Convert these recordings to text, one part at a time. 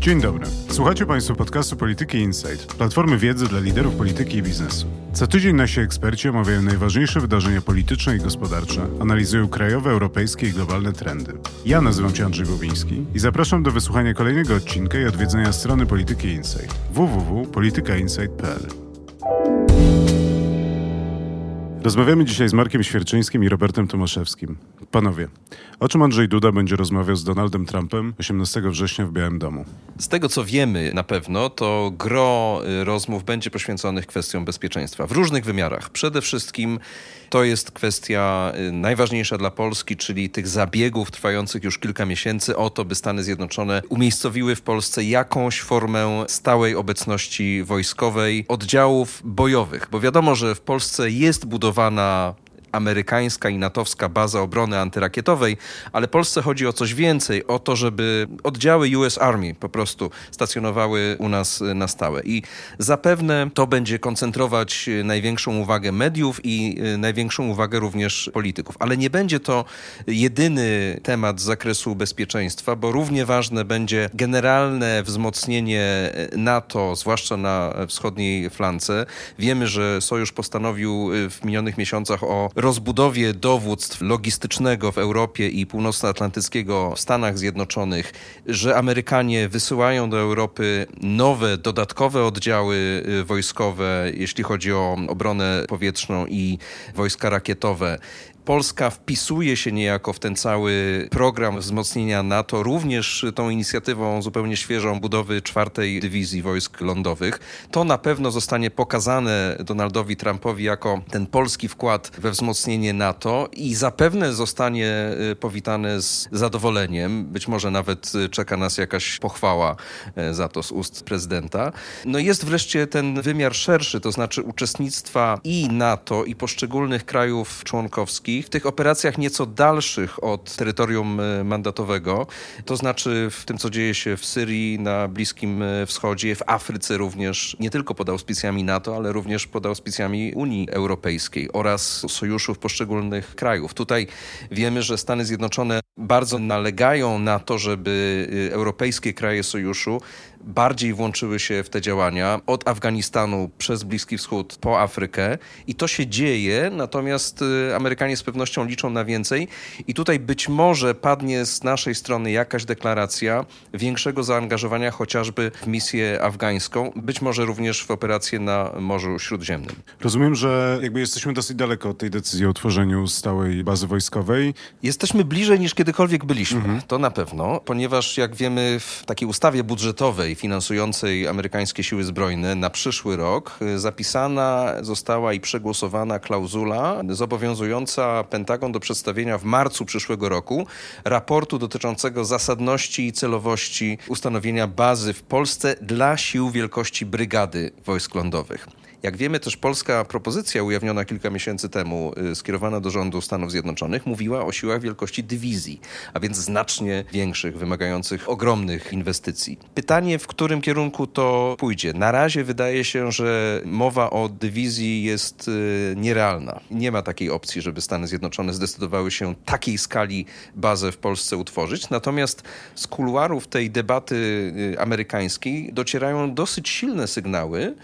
Dzień dobry. Słuchacie Państwo podcastu Polityki Insight, platformy wiedzy dla liderów polityki i biznesu. Co tydzień nasi eksperci omawiają najważniejsze wydarzenia polityczne i gospodarcze, analizują krajowe, europejskie i globalne trendy. Ja nazywam się Andrzej Bobiński i zapraszam do wysłuchania kolejnego odcinka i odwiedzenia strony Polityki Insight www.politykainsight.pl. Rozmawiamy dzisiaj z Markiem Świerczyńskim i Robertem Tomaszewskim. Panowie, o czym Andrzej Duda będzie rozmawiał z Donaldem Trumpem 18 września w Białym Domu? Z tego, co wiemy na pewno, to gro rozmów będzie poświęconych kwestiom bezpieczeństwa w różnych wymiarach. Przede wszystkim to jest kwestia najważniejsza dla Polski, czyli tych zabiegów trwających już kilka miesięcy o to, by Stany Zjednoczone umiejscowiły w Polsce jakąś formę stałej obecności wojskowej, oddziałów bojowych. Bo wiadomo, że w Polsce jest budowana amerykańska i natowska baza obrony antyrakietowej, ale Polsce chodzi o coś więcej, o to, żeby oddziały US Army po prostu stacjonowały u nas na stałe. I zapewne to będzie koncentrować największą uwagę mediów i największą uwagę również polityków. Ale nie będzie to jedyny temat z zakresu bezpieczeństwa, bo równie ważne będzie generalne wzmocnienie NATO, zwłaszcza na wschodniej flance. Wiemy, że Sojusz postanowił w minionych miesiącach o rozbudowie dowództw logistycznego w Europie i północnoatlantyckiego w Stanach Zjednoczonych, że Amerykanie wysyłają do Europy nowe, dodatkowe oddziały wojskowe, jeśli chodzi o obronę powietrzną i wojska rakietowe. Polska wpisuje się niejako w ten cały program wzmocnienia NATO, również tą inicjatywą zupełnie świeżą budowy 4. Dywizji Wojsk Lądowych. To na pewno zostanie pokazane Donaldowi Trumpowi jako ten polski wkład we wzmocnienie NATO i zapewne zostanie powitane z zadowoleniem. Być może nawet czeka nas jakaś pochwała za to z ust prezydenta. No jest wreszcie ten wymiar szerszy, to znaczy uczestnictwa i NATO, i poszczególnych krajów członkowskich w tych operacjach nieco dalszych od terytorium mandatowego, to znaczy w tym, co dzieje się w Syrii, na Bliskim Wschodzie, w Afryce również, nie tylko pod auspicjami NATO, ale również pod auspicjami Unii Europejskiej oraz sojuszów poszczególnych krajów. Tutaj wiemy, że Stany Zjednoczone bardzo nalegają na to, żeby europejskie kraje sojuszu bardziej włączyły się w te działania od Afganistanu przez Bliski Wschód po Afrykę i to się dzieje, natomiast Amerykanie z pewnością liczą na więcej i tutaj być może padnie z naszej strony jakaś deklaracja większego zaangażowania chociażby w misję afgańską, być może również w operacje na Morzu Śródziemnym. Rozumiem, że jesteśmy dosyć daleko od tej decyzji o utworzeniu stałej bazy wojskowej. Jesteśmy bliżej niż kiedykolwiek byliśmy, to na pewno, ponieważ jak wiemy w takiej ustawie budżetowej finansującej amerykańskie siły zbrojne na przyszły rok zapisana została i przegłosowana klauzula zobowiązująca Pentagon do przedstawienia w marcu przyszłego roku raportu dotyczącego zasadności i celowości ustanowienia bazy w Polsce dla sił wielkości brygady wojsk lądowych. Jak wiemy, też polska propozycja ujawniona kilka miesięcy temu, skierowana do rządu Stanów Zjednoczonych, mówiła o siłach wielkości dywizji, a więc znacznie większych, wymagających ogromnych inwestycji. Pytanie, w którym kierunku to pójdzie. Na razie wydaje się, że mowa o dywizji jest nierealna. Nie ma takiej opcji, żeby Stany Zjednoczone zdecydowały się takiej skali bazę w Polsce utworzyć. Natomiast z kuluarów tej debaty amerykańskiej docierają dosyć silne sygnały,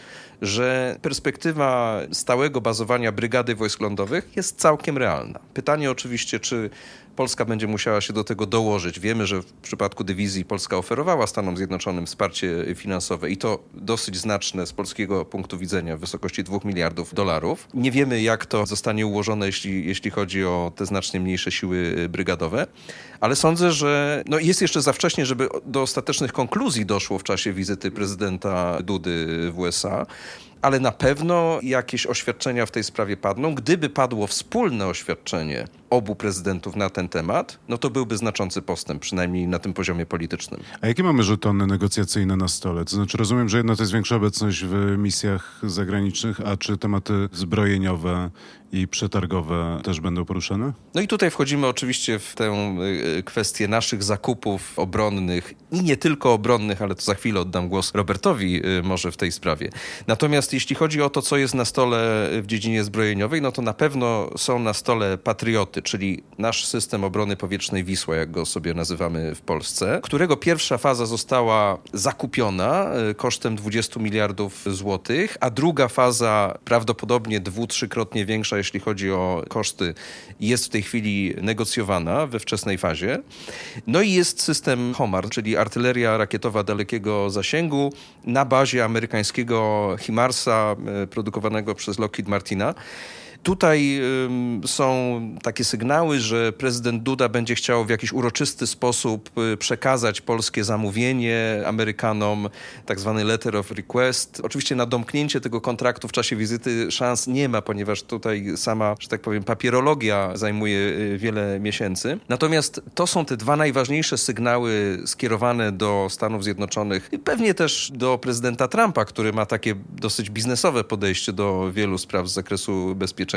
że perspektywa stałego bazowania brygady wojsk lądowych jest całkiem realna. Pytanie oczywiście, czy Polska będzie musiała się do tego dołożyć. Wiemy, że w przypadku dywizji Polska oferowała Stanom Zjednoczonym wsparcie finansowe i to dosyć znaczne z polskiego punktu widzenia w wysokości $2 miliardów. Nie wiemy, jak to zostanie ułożone, jeśli chodzi o te znacznie mniejsze siły brygadowe, ale sądzę, że jest jeszcze za wcześnie, żeby do ostatecznych konkluzji doszło w czasie wizyty prezydenta Dudy w USA. Ale na pewno jakieś oświadczenia w tej sprawie padną. Gdyby padło wspólne oświadczenie obu prezydentów na ten temat, to byłby znaczący postęp, przynajmniej na tym poziomie politycznym. A jakie mamy żetony negocjacyjne na stole? To znaczy rozumiem, że jedno to jest większa obecność w misjach zagranicznych, a czy tematy zbrojeniowe i przetargowe też będą poruszane? I tutaj wchodzimy oczywiście w tę kwestię naszych zakupów obronnych i nie tylko obronnych, ale to za chwilę oddam głos Robertowi może w tej sprawie. Natomiast Natomiast jeśli chodzi o to, co jest na stole w dziedzinie zbrojeniowej, no to na pewno są na stole Patrioty, czyli nasz system obrony powietrznej Wisła, jak go sobie nazywamy w Polsce, którego pierwsza faza została zakupiona kosztem 20 miliardów złotych, a druga faza prawdopodobnie 2-3-krotnie większa, jeśli chodzi o koszty, jest w tej chwili negocjowana we wczesnej fazie. No i jest system HOMAR, czyli artyleria rakietowa dalekiego zasięgu na bazie amerykańskiego HIMARS-a produkowanego przez Lockheed Martina. Tutaj są takie sygnały, że prezydent Duda będzie chciał w jakiś uroczysty sposób przekazać polskie zamówienie Amerykanom, tak zwany letter of request. Oczywiście na domknięcie tego kontraktu w czasie wizyty szans nie ma, ponieważ tutaj sama, że tak powiem, papierologia zajmuje wiele miesięcy. Natomiast to są te dwa najważniejsze sygnały skierowane do Stanów Zjednoczonych i pewnie też do prezydenta Trumpa, który ma takie dosyć biznesowe podejście do wielu spraw z zakresu bezpieczeństwa,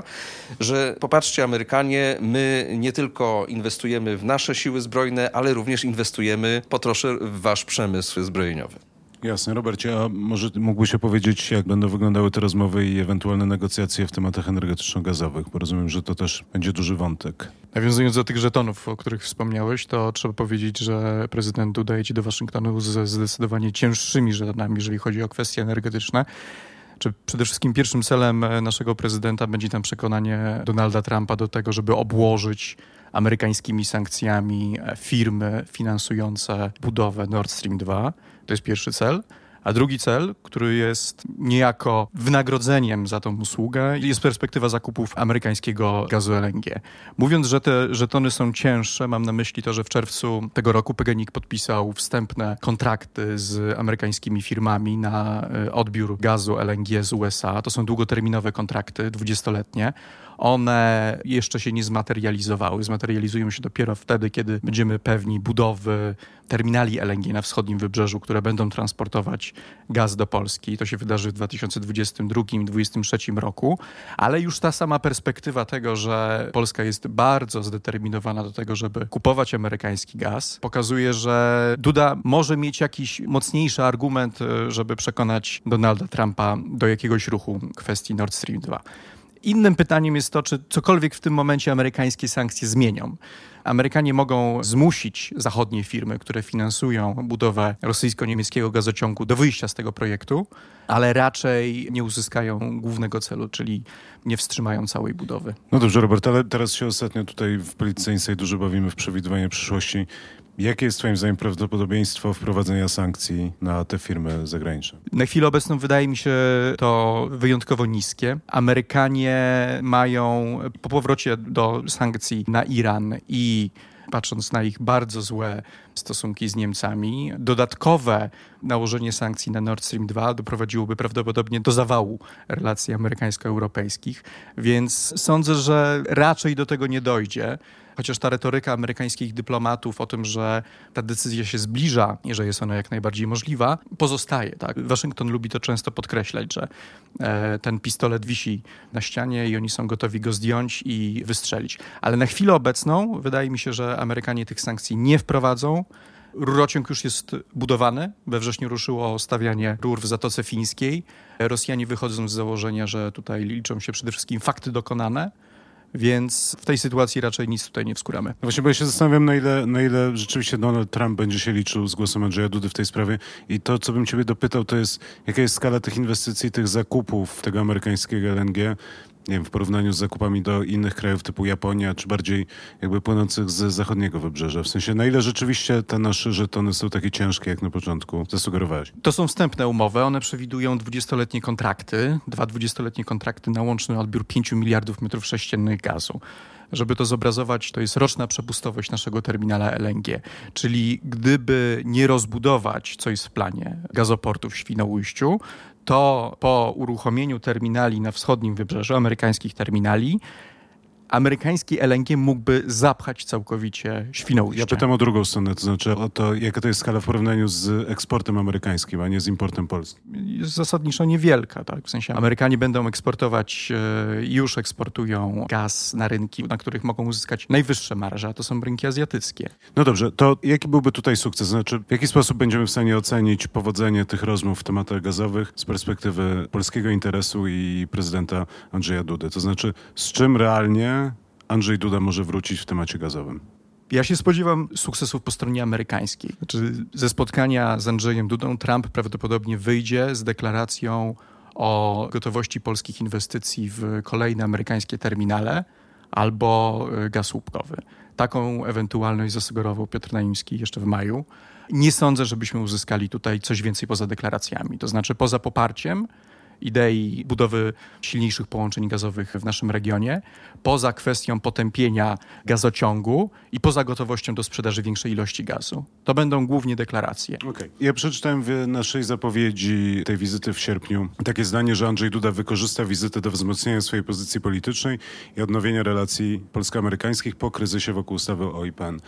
że popatrzcie Amerykanie, my nie tylko inwestujemy w nasze siły zbrojne, ale również inwestujemy po trosze w wasz przemysł zbrojeniowy. Jasne. Robercie, a może mógłbyś opowiedzieć, jak będą wyglądały te rozmowy i ewentualne negocjacje w tematach energetyczno-gazowych? Bo rozumiem, że to też będzie duży wątek. Nawiązując do tych żetonów, o których wspomniałeś, to trzeba powiedzieć, że prezydent Duda jedzie do Waszyngtonu ze zdecydowanie cięższymi żetonami, jeżeli chodzi o kwestie energetyczne. Przede wszystkim pierwszym celem naszego prezydenta będzie tam przekonanie Donalda Trumpa do tego, żeby obłożyć amerykańskimi sankcjami firmy finansujące budowę Nord Stream 2. To jest pierwszy cel. A drugi cel, który jest niejako wynagrodzeniem za tą usługę, jest perspektywa zakupów amerykańskiego gazu LNG. Mówiąc, że te żetony są cięższe, mam na myśli to, że w czerwcu tego roku PGNiG podpisał wstępne kontrakty z amerykańskimi firmami na odbiór gazu LNG z USA. To są długoterminowe kontrakty, 20-letnie. One jeszcze się nie zmaterializowały. Zmaterializują się dopiero wtedy, kiedy będziemy pewni budowy terminali LNG na wschodnim wybrzeżu, które będą transportować gaz do Polski. To się wydarzy w 2022 i 2023 roku. Ale już ta sama perspektywa tego, że Polska jest bardzo zdeterminowana do tego, żeby kupować amerykański gaz, pokazuje, że Duda może mieć jakiś mocniejszy argument, żeby przekonać Donalda Trumpa do jakiegoś ruchu w kwestii Nord Stream 2. Innym pytaniem jest to, czy cokolwiek w tym momencie amerykańskie sankcje zmienią. Amerykanie mogą zmusić zachodnie firmy, które finansują budowę rosyjsko-niemieckiego gazociągu do wyjścia z tego projektu, ale raczej nie uzyskają głównego celu, czyli nie wstrzymają całej budowy. No dobrze, Robert, ale teraz się ostatnio tutaj w Polityce Insight dużo bawimy w przewidywanie przyszłości. Jakie jest twoim zdaniem prawdopodobieństwo wprowadzenia sankcji na te firmy zagraniczne? Na chwilę obecną wydaje mi się to wyjątkowo niskie. Amerykanie mają po powrocie do sankcji na Iran i patrząc na ich bardzo złe stosunki z Niemcami, dodatkowe nałożenie sankcji na Nord Stream 2 doprowadziłoby prawdopodobnie do zawału relacji amerykańsko-europejskich, więc sądzę, że raczej do tego nie dojdzie. Chociaż ta retoryka amerykańskich dyplomatów o tym, że ta decyzja się zbliża i że jest ona jak najbardziej możliwa, pozostaje. Tak? Waszyngton lubi to często podkreślać, że ten pistolet wisi na ścianie i oni są gotowi go zdjąć i wystrzelić. Ale na chwilę obecną wydaje mi się, że Amerykanie tych sankcji nie wprowadzą. Rurociąg już jest budowany. We wrześniu ruszyło stawianie rur w Zatoce Fińskiej. Rosjanie wychodzą z założenia, że tutaj liczą się przede wszystkim fakty dokonane. Więc w tej sytuacji raczej nic tutaj nie wskóramy. No właśnie, bo ja się zastanawiam, na ile rzeczywiście Donald Trump będzie się liczył z głosem Andrzeja Dudy w tej sprawie. I to, co bym ciebie dopytał, to jest, jaka jest skala tych inwestycji, tych zakupów tego amerykańskiego LNG, nie wiem, w porównaniu z zakupami do innych krajów typu Japonia, czy bardziej jakby płynących z zachodniego wybrzeża. W sensie, na ile rzeczywiście te nasze żetony są takie ciężkie, jak na początku zasugerowałeś? To są wstępne umowy. One przewidują 20-letnie kontrakty, 2 20-letnie kontrakty na łączny odbiór 5 miliardów metrów sześciennych gazu. Żeby to zobrazować, to jest roczna przepustowość naszego terminala LNG. Czyli gdyby nie rozbudować, co jest w planie, gazoportu w Świnoujściu, to po uruchomieniu terminali na wschodnim wybrzeżu, amerykańskich terminali, amerykański LNG mógłby zapchać całkowicie Świnoujście. Ja pytam o drugą stronę, to znaczy o to, jaka to jest skala w porównaniu z eksportem amerykańskim, a nie z importem polskim. Jest zasadniczo niewielka, tak? W sensie Amerykanie będą eksportować, już eksportują gaz na rynki, na których mogą uzyskać najwyższe marże, a to są rynki azjatyckie. No dobrze, to jaki byłby tutaj sukces? Znaczy, w jaki sposób będziemy w stanie ocenić powodzenie tych rozmów w tematach gazowych z perspektywy polskiego interesu i prezydenta Andrzeja Dudy? To znaczy, z czym realnie Andrzej Duda może wrócić w temacie gazowym? Ja się spodziewam sukcesów po stronie amerykańskiej. Znaczy, ze spotkania z Andrzejem Dudą Trump prawdopodobnie wyjdzie z deklaracją o gotowości polskich inwestycji w kolejne amerykańskie terminale albo gaz łupkowy. Taką ewentualność zasugerował Piotr Naimski jeszcze w maju. Nie sądzę, żebyśmy uzyskali tutaj coś więcej poza deklaracjami. To znaczy poza poparciem idei budowy silniejszych połączeń gazowych w naszym regionie, poza kwestią potępienia gazociągu i poza gotowością do sprzedaży większej ilości gazu. To będą głównie deklaracje. Okay. Ja przeczytałem w naszej zapowiedzi tej wizyty w sierpniu takie zdanie, że Andrzej Duda wykorzysta wizytę do wzmocnienia swojej pozycji politycznej i odnowienia relacji polsko-amerykańskich po kryzysie wokół ustawy o IPN.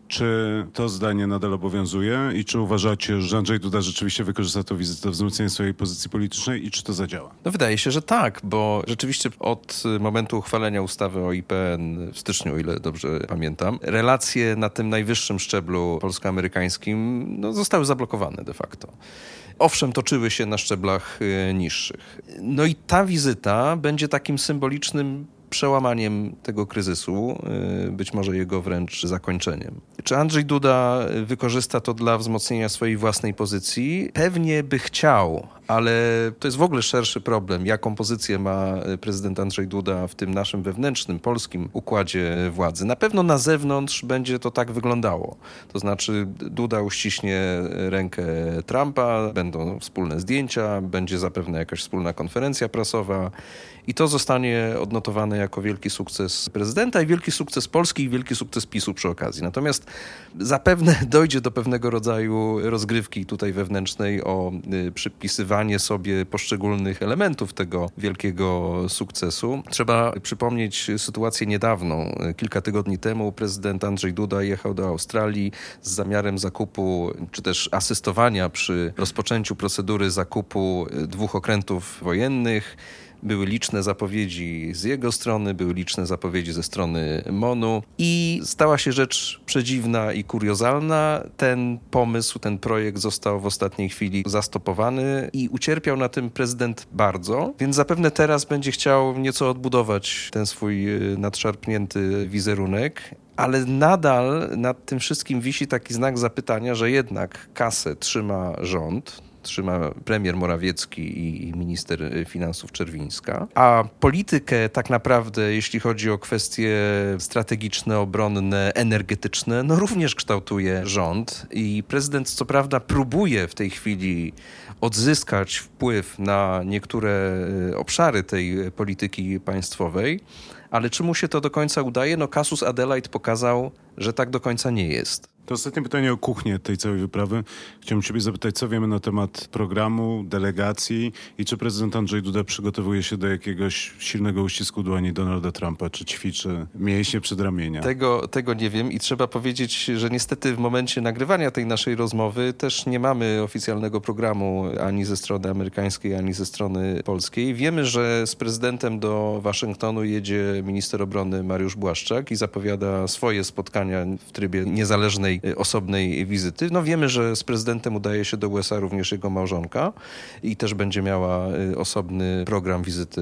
Czy to zdanie nadal obowiązuje i czy uważacie, że Andrzej Duda rzeczywiście wykorzysta tę wizytę do wzmocnienia swojej pozycji politycznej i czy to zadziała? No wydaje się, że tak, bo rzeczywiście od momentu uchwalenia ustawy o IPN w styczniu, o ile dobrze pamiętam, relacje na tym najwyższym szczeblu polsko-amerykańskim zostały zablokowane de facto. Owszem, toczyły się na szczeblach niższych. No i ta wizyta będzie takim symbolicznym przełamaniem tego kryzysu, być może jego wręcz zakończeniem. Czy Andrzej Duda wykorzysta to dla wzmocnienia swojej własnej pozycji? Pewnie by chciał, ale to jest w ogóle szerszy problem. Jaką pozycję ma prezydent Andrzej Duda w tym naszym wewnętrznym, polskim układzie władzy? Na pewno na zewnątrz będzie to tak wyglądało. To znaczy Duda uściśnie rękę Trumpa, będą wspólne zdjęcia, będzie zapewne jakaś wspólna konferencja prasowa i to zostanie odnotowane jako wielki sukces prezydenta i wielki sukces Polski i wielki sukces PiS-u przy okazji. Natomiast zapewne dojdzie do pewnego rodzaju rozgrywki tutaj wewnętrznej o przypisywanie sobie poszczególnych elementów tego wielkiego sukcesu. Trzeba przypomnieć sytuację niedawną. Kilka tygodni temu prezydent Andrzej Duda jechał do Australii z zamiarem zakupu, czy też asystowania przy rozpoczęciu procedury zakupu 2 okrętów wojennych. Były liczne zapowiedzi z jego strony, były liczne zapowiedzi ze strony MON-u i stała się rzecz przedziwna i kuriozalna. Ten pomysł, ten projekt został w ostatniej chwili zastopowany i ucierpiał na tym prezydent bardzo, więc zapewne teraz będzie chciał nieco odbudować ten swój nadszarpnięty wizerunek. Ale nadal nad tym wszystkim wisi taki znak zapytania, że jednak kasę trzyma rząd, trzyma premier Morawiecki i minister finansów Czerwińska, a politykę tak naprawdę, jeśli chodzi o kwestie strategiczne, obronne, energetyczne, również kształtuje rząd i prezydent co prawda próbuje w tej chwili odzyskać wpływ na niektóre obszary tej polityki państwowej, ale czy mu się to do końca udaje? Casus Adelaide pokazał, że tak do końca nie jest. To ostatnie pytanie o kuchnię tej całej wyprawy. Chciałbym ciebie zapytać, co wiemy na temat programu, delegacji i czy prezydent Andrzej Duda przygotowuje się do jakiegoś silnego uścisku dłoni Donalda Trumpa, czy ćwiczy mięśnie przedramienia? Tego nie wiem i trzeba powiedzieć, że niestety w momencie nagrywania tej naszej rozmowy też nie mamy oficjalnego programu ani ze strony amerykańskiej, ani ze strony polskiej. Wiemy, że z prezydentem do Waszyngtonu jedzie minister obrony Mariusz Błaszczak i zapowiada swoje spotkania w trybie niezależnej osobnej wizyty. Wiemy, że z prezydentem udaje się do USA również jego małżonka i też będzie miała osobny program wizyty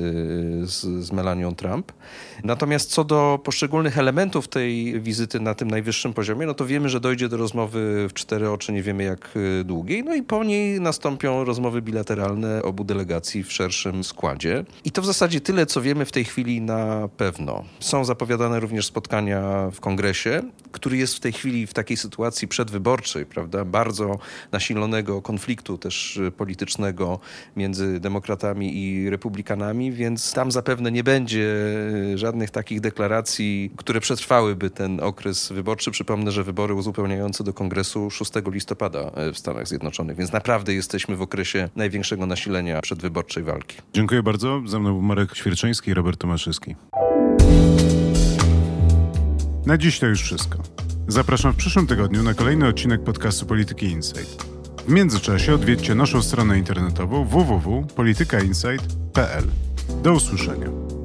z Melanią Trump. Natomiast co do poszczególnych elementów tej wizyty na tym najwyższym poziomie, to wiemy, że dojdzie do rozmowy w 4 oczy, nie wiemy jak długiej, i po niej nastąpią rozmowy bilateralne obu delegacji w szerszym składzie. I to w zasadzie tyle, co wiemy w tej chwili na pewno. Są zapowiadane również spotkania w Kongresie, który jest w tej chwili w takiej sytuacji przedwyborczej, prawda, bardzo nasilonego konfliktu też politycznego między demokratami i republikanami, więc tam zapewne nie będzie żadnych takich deklaracji, które przetrwałyby ten okres wyborczy. Przypomnę, że wybory uzupełniające do Kongresu 6 listopada w Stanach Zjednoczonych, więc naprawdę jesteśmy w okresie największego nasilenia przedwyborczej walki. Dziękuję bardzo. Ze mną był Marek Świerczyński i Robert Tomaszewski. Na dziś to już wszystko. Zapraszam w przyszłym tygodniu na kolejny odcinek podcastu Polityki Insight. W międzyczasie odwiedźcie naszą stronę internetową www.politykainsight.pl. Do usłyszenia.